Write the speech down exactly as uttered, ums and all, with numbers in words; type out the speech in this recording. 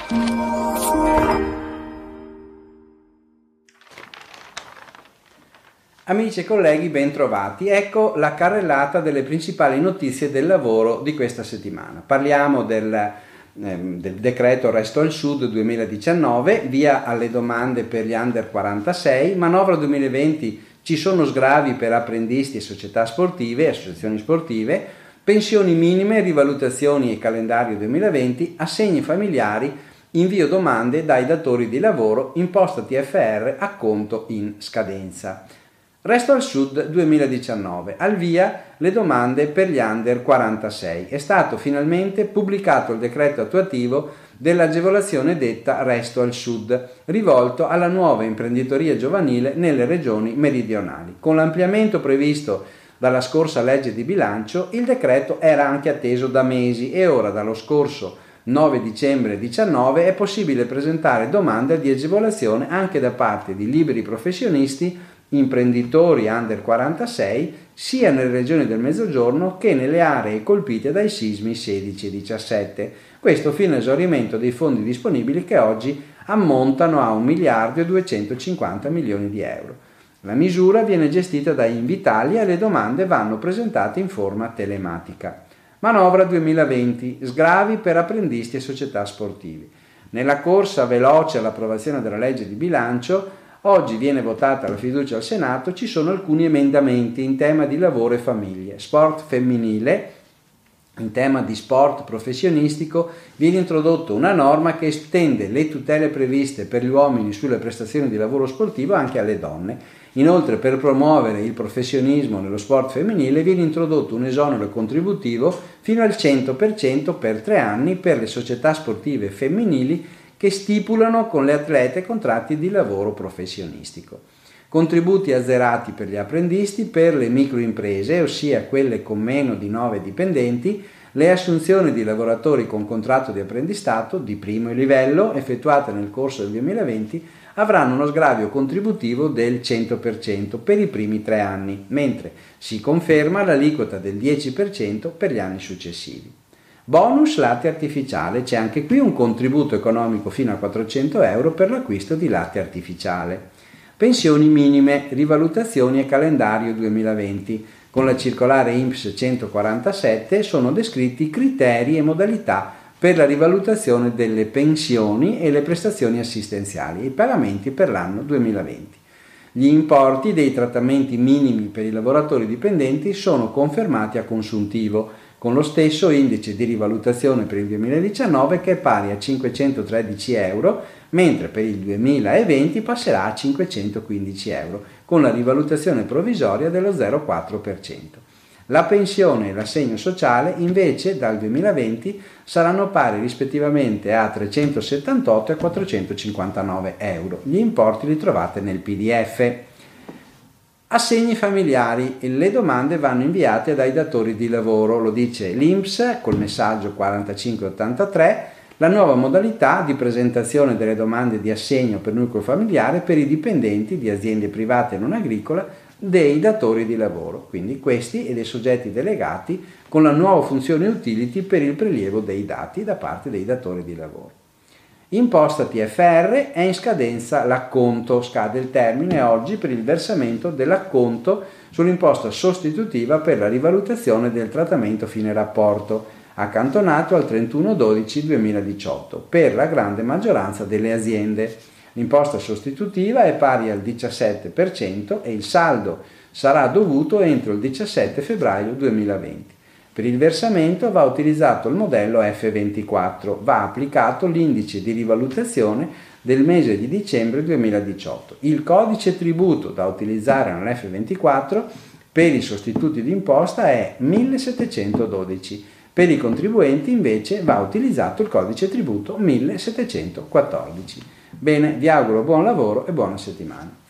Amici e colleghi, ben trovati. Ecco la carrellata delle principali notizie del lavoro di questa settimana. Parliamo del, ehm, del decreto Resto al Sud duemiladiciannove, via alle domande per gli under quarantasei, manovra duemilaventi, ci sono sgravi per apprendisti e società sportive e associazioni sportive, pensioni minime, rivalutazioni e calendario duemilaventi, assegni familiari, invio domande dai datori di lavoro, imposta T F R, acconto in scadenza. Resto al Sud duemiladiciannove, al via le domande per gli under quarantasei. È stato finalmente pubblicato il decreto attuativo dell'agevolazione detta Resto al Sud, rivolto alla nuova imprenditoria giovanile nelle regioni meridionali. Con l'ampliamento previsto dalla scorsa legge di bilancio, il decreto era anche atteso da mesi e ora, dallo scorso nove dicembre diciannove, è possibile presentare domande di agevolazione anche da parte di liberi professionisti, imprenditori under quarantasei, sia nelle regioni del Mezzogiorno che nelle aree colpite dai sismi sedici e diciassette. Questo fino all'esaurimento dei fondi disponibili, che oggi ammontano a un miliardo e duecentocinquanta milioni di euro. La misura viene gestita da Invitalia e le domande vanno presentate in forma telematica. Manovra duemilaventi, sgravi per apprendisti e società sportivi. Nella corsa veloce all'approvazione della legge di bilancio, oggi viene votata la fiducia al Senato, ci sono alcuni emendamenti in tema di lavoro e famiglie. Sport femminile, in tema di sport professionistico, viene introdotta una norma che estende le tutele previste per gli uomini sulle prestazioni di lavoro sportivo anche alle donne. Inoltre, per promuovere il professionismo nello sport femminile, viene introdotto un esonero contributivo fino al cento per cento per tre anni per le società sportive femminili che stipulano con le atlete contratti di lavoro professionistico. Contributi azzerati per gli apprendisti, per le microimprese, ossia quelle con meno di nove dipendenti, le assunzioni di lavoratori con contratto di apprendistato di primo livello effettuate nel corso del duemilaventi avranno uno sgravio contributivo del cento per cento per i primi tre anni, mentre si conferma l'aliquota del dieci per cento per gli anni successivi. Bonus latte artificiale, c'è anche qui un contributo economico fino a quattrocento euro per l'acquisto di latte artificiale. Pensioni minime, rivalutazioni e calendario duemilaventi. Con la circolare I N P S centoquarantasette sono descritti criteri e modalità per la rivalutazione delle pensioni e le prestazioni assistenziali e i pagamenti per l'anno duemilaventi. Gli importi dei trattamenti minimi per i lavoratori dipendenti sono confermati a consuntivo, con lo stesso indice di rivalutazione per il duemiladiciannove che è pari a cinquecentotredici euro, mentre per il duemilaventi passerà a cinquecentoquindici euro, con la rivalutazione provvisoria dello zero virgola quattro per cento. La pensione e l'assegno sociale invece dal duemilaventi saranno pari rispettivamente a trecentosettantotto e quattrocentocinquantanove euro. Gli importi li trovate nel P D F. Assegni familiari, le domande vanno inviate dai datori di lavoro, lo dice l'I N P S col messaggio quarantacinque ottantatré, la nuova modalità di presentazione delle domande di assegno per nucleo familiare per i dipendenti di aziende private e non agricole dei datori di lavoro, quindi questi e dei soggetti delegati, con la nuova funzione utility per il prelievo dei dati da parte dei datori di lavoro. Imposta T F R, è in scadenza l'acconto, scade il termine oggi per il versamento dell'acconto sull'imposta sostitutiva per la rivalutazione del trattamento fine rapporto, accantonato al trentuno dicembre duemiladiciotto per la grande maggioranza delle aziende. L'imposta sostitutiva è pari al diciassette per cento e il saldo sarà dovuto entro il diciassette febbraio duemilaventi. Per il versamento va utilizzato il modello F ventiquattro, va applicato l'indice di rivalutazione del mese di dicembre duemiladiciotto. Il codice tributo da utilizzare nell'F ventiquattro per i sostituti d'imposta è millesettecentododici, per i contribuenti invece va utilizzato il codice tributo millesettecentoquattordici. Bene, vi auguro buon lavoro e buona settimana.